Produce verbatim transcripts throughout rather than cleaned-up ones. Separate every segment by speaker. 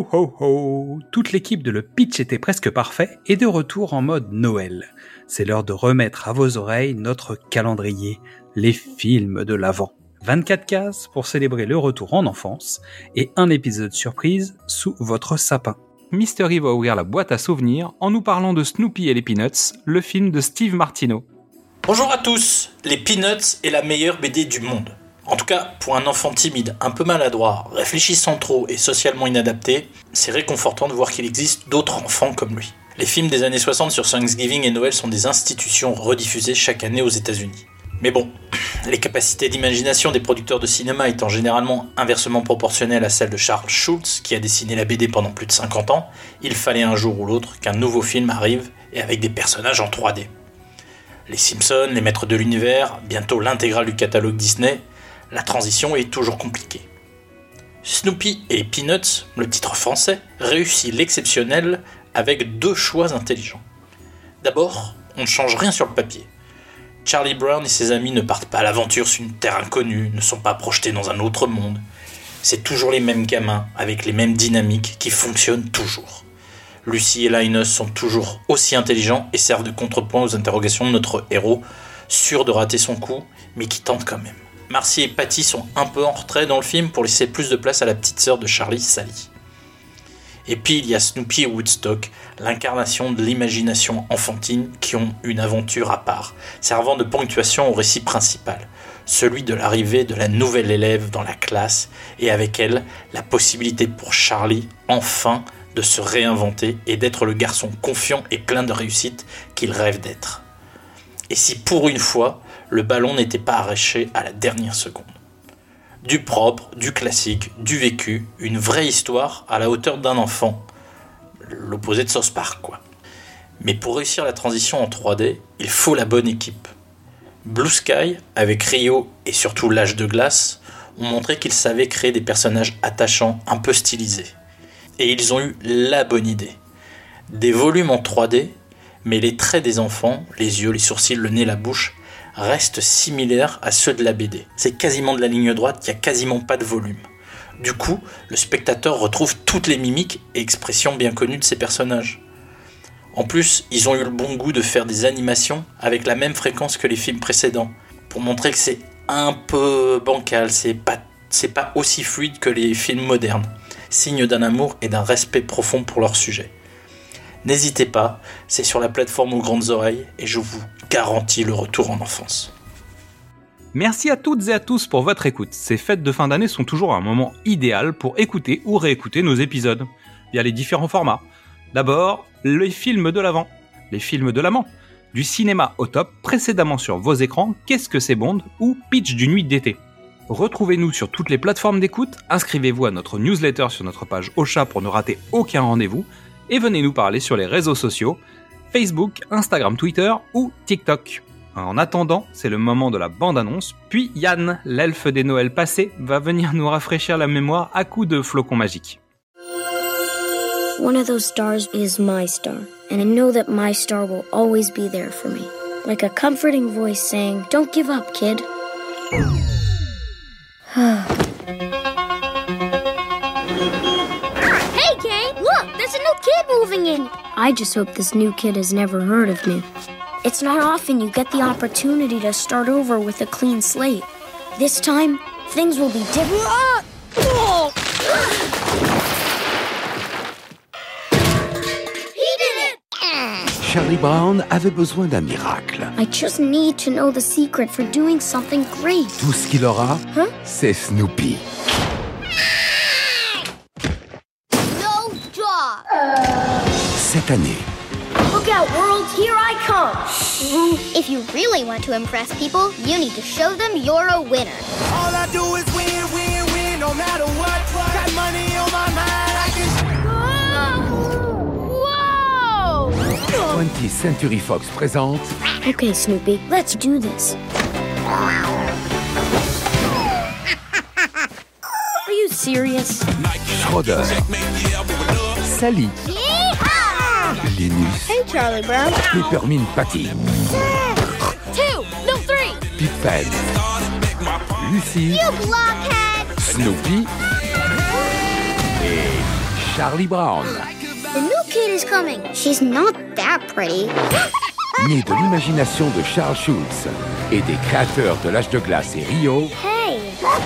Speaker 1: Ho ho ho! Toute l'équipe de Le Pitch était presque parfait et de retour en mode Noël. C'est l'heure de remettre à vos oreilles notre calendrier, les films de l'Avent. vingt-quatre cases pour célébrer le retour en enfance et un épisode surprise sous votre sapin. Mystery va ouvrir la boîte à souvenirs en nous parlant de Snoopy et les Peanuts, le film de Steve Martino.
Speaker 2: Bonjour à tous, les Peanuts est la meilleure B D du monde. En tout cas, pour un enfant timide, un peu maladroit, réfléchissant trop et socialement inadapté, c'est réconfortant de voir qu'il existe d'autres enfants comme lui. Les films des années soixante sur Thanksgiving et Noël sont des institutions rediffusées chaque année aux États-Unis. Mais bon, les capacités d'imagination des producteurs de cinéma étant généralement inversement proportionnelles à celles de Charles Schulz, qui a dessiné la B D pendant plus de cinquante ans, il fallait un jour ou l'autre qu'un nouveau film arrive et avec des personnages en trois D. Les Simpsons, les Maîtres de l'Univers, bientôt l'intégrale du catalogue Disney, la transition est toujours compliquée. Snoopy et Peanuts, le titre français, réussit l'exceptionnel avec deux choix intelligents. D'abord, on ne change rien sur le papier. Charlie Brown et ses amis ne partent pas à l'aventure sur une terre inconnue, ne sont pas projetés dans un autre monde. C'est toujours les mêmes gamins, avec les mêmes dynamiques qui fonctionnent toujours. Lucy et Linus sont toujours aussi intelligents et servent de contrepoint aux interrogations de notre héros, sûr de rater son coup, mais qui tente quand même. Marcy et Patty sont un peu en retrait dans le film pour laisser plus de place à la petite sœur de Charlie, Sally. Et puis il y a Snoopy et Woodstock, l'incarnation de l'imagination enfantine qui ont une aventure à part, servant de ponctuation au récit principal, celui de l'arrivée de la nouvelle élève dans la classe et avec elle la possibilité pour Charlie, enfin, de se réinventer et d'être le garçon confiant et plein de réussite qu'il rêve d'être. Et si pour une fois, le ballon n'était pas arraché à la dernière seconde. Du propre, du classique, du vécu, une vraie histoire à la hauteur d'un enfant. L'opposé de South Park, quoi. Mais pour réussir la transition en trois D, il faut la bonne équipe. Blue Sky, avec Rio et surtout l'âge de glace, ont montré qu'ils savaient créer des personnages attachants, un peu stylisés. Et ils ont eu la bonne idée. Des volumes en trois D, mais les traits des enfants, les yeux, les sourcils, le nez, la bouche, restent similaires à ceux de la B D. C'est quasiment de la ligne droite, il n'y a quasiment pas de volume. Du coup, le spectateur retrouve toutes les mimiques et expressions bien connues de ces personnages. En plus, ils ont eu le bon goût de faire des animations avec la même fréquence que les films précédents, pour montrer que c'est un peu bancal, c'est pas, c'est pas aussi fluide que les films modernes, signe d'un amour et d'un respect profond pour leur sujet. N'hésitez pas, c'est sur la plateforme aux grandes oreilles et je vous garantis le retour en enfance.
Speaker 1: Merci à toutes et à tous pour votre écoute. Ces fêtes de fin d'année sont toujours un moment idéal pour écouter ou réécouter nos épisodes, via les différents formats. D'abord, les films de l'Avent, les films de l'amant, du cinéma au top, précédemment sur vos écrans, Qu'est-ce que c'est Bond ou Pitch d'une nuit d'été. Retrouvez-nous sur toutes les plateformes d'écoute, inscrivez-vous à notre newsletter sur notre page Ocha pour ne rater aucun rendez-vous, et venez nous parler sur les réseaux sociaux, Facebook, Instagram, Twitter ou TikTok. En attendant, c'est le moment de la bande-annonce, puis Yann, l'elfe des Noëls passés, va venir nous rafraîchir la mémoire à coups de flocons magiques.
Speaker 3: One of those stars is my star, and I know that my star will always be there for me. Like a comforting voice saying, "Don't give up, kid."
Speaker 4: There's a new kid moving in.
Speaker 3: I just hope this new kid has never heard of me. It's not often you get the opportunity to start over with a clean slate. This time, things will be different. Ah! Oh!
Speaker 4: He did it!
Speaker 5: Charlie Brown avait besoin d'un miracle.
Speaker 3: I just need to know the secret for doing something great.
Speaker 5: Tout ce qu'il aura,
Speaker 3: Huh?
Speaker 5: c'est Snoopy. Cette année,
Speaker 3: Look out, world, here I come.
Speaker 4: If you really want to impress people, you need to show them you're a winner.
Speaker 6: All I do is win, win, win, no matter what. Got money on my mind, I can...
Speaker 4: Whoa!
Speaker 5: twentieth Century Fox présente
Speaker 3: Okay, Snoopy, let's do this. Are you serious?
Speaker 5: Schroeder, Sally, Linus,
Speaker 4: Hey, Charlie Brown.
Speaker 5: Peppermint Patty,
Speaker 4: Two, no, three.
Speaker 5: Pigpen, Lucy,
Speaker 4: You blockhead.
Speaker 5: Snoopy et Charlie Brown.
Speaker 4: The new kid is coming. She's not that pretty.
Speaker 5: Né de l'imagination de Charles Schulz et des créateurs de l'âge de glace et Rio.
Speaker 4: Hey.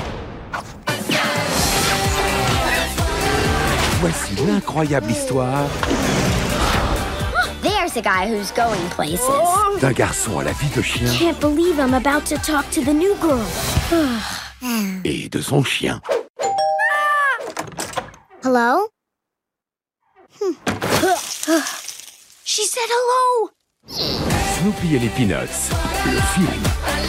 Speaker 5: Voici l'incroyable histoire
Speaker 4: There's a guy who's going places.
Speaker 5: d'un garçon à la vie de chien
Speaker 3: Can't believe I'm about to talk to the new girl.
Speaker 5: et de son chien.
Speaker 4: Hello?
Speaker 3: She said hello.
Speaker 5: Snoopy et les Peanuts, le film.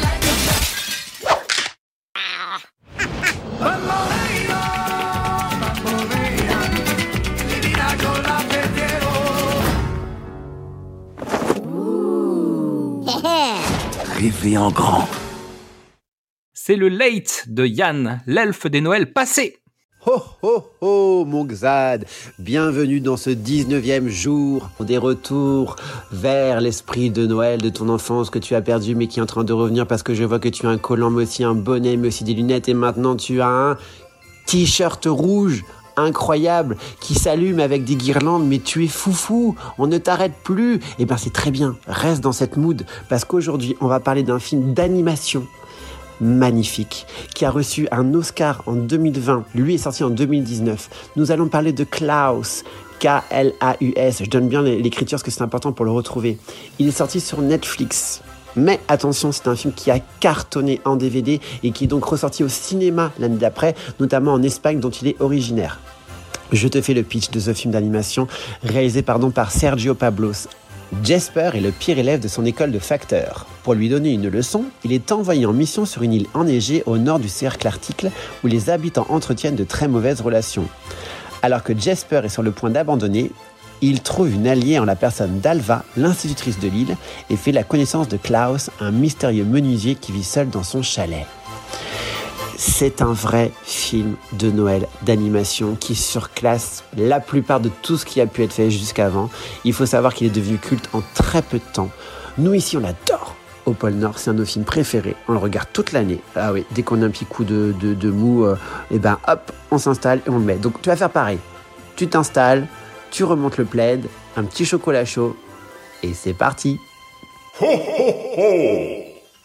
Speaker 5: Rêver en grand.
Speaker 1: C'est le Late de Yann, l'elfe des Noëls passés.
Speaker 7: Ho ho ho, mon Xad, bienvenue dans ce dix-neuvième jour des retours vers l'esprit de Noël de ton enfance que tu as perdu mais qui est en train de revenir parce que je vois que tu as un collant mais aussi un bonnet mais aussi des lunettes et maintenant tu as un t-shirt rouge incroyable qui s'allume avec des guirlandes mais tu es foufou, on ne t'arrête plus. Et ben c'est très bien, reste dans cette mood parce qu'aujourd'hui on va parler d'un film d'animation magnifique, qui a reçu un Oscar en deux mille vingt. Lui est sorti en deux mille dix-neuf. Nous allons parler de Klaus, K L A U S. Je donne bien l'écriture parce que c'est important pour le retrouver. Il est sorti sur Netflix. Mais attention, c'est un film qui a cartonné en D V D et qui est donc ressorti au cinéma l'année d'après, notamment en Espagne dont il est originaire. Je te fais le pitch de ce film d'animation réalisé pardon, par Sergio Pablos. Jasper est le pire élève de son école de facteur. Pour lui donner une leçon, il est envoyé en mission sur une île enneigée au nord du cercle arctique où les habitants entretiennent de très mauvaises relations. Alors que Jasper est sur le point d'abandonner, il trouve une alliée en la personne d'Alva, l'institutrice de l'île, et fait la connaissance de Klaus, un mystérieux menuisier qui vit seul dans son chalet. C'est un vrai film de Noël d'animation qui surclasse la plupart de tout ce qui a pu être fait jusqu'avant. Il faut savoir qu'il est devenu culte en très peu de temps. Nous ici, on l'adore. Au pôle Nord, c'est un de nos films préférés. On le regarde toute l'année. Ah oui, dès qu'on a un petit coup de, de, de mou, euh, et ben hop, on s'installe et on le met. Donc tu vas faire pareil. Tu t'installes, tu remontes le plaid, un petit chocolat chaud et c'est parti. Ho ho ho!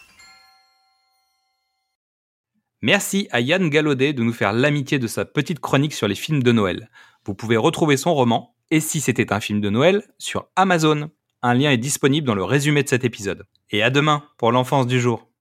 Speaker 1: Merci à Yann Gallaudet de nous faire l'amitié de sa petite chronique sur les films de Noël. Vous pouvez retrouver son roman « Et si c'était un film de Noël » sur Amazon. Un lien est disponible dans le résumé de cet épisode. Et à demain pour l'enfance du jour.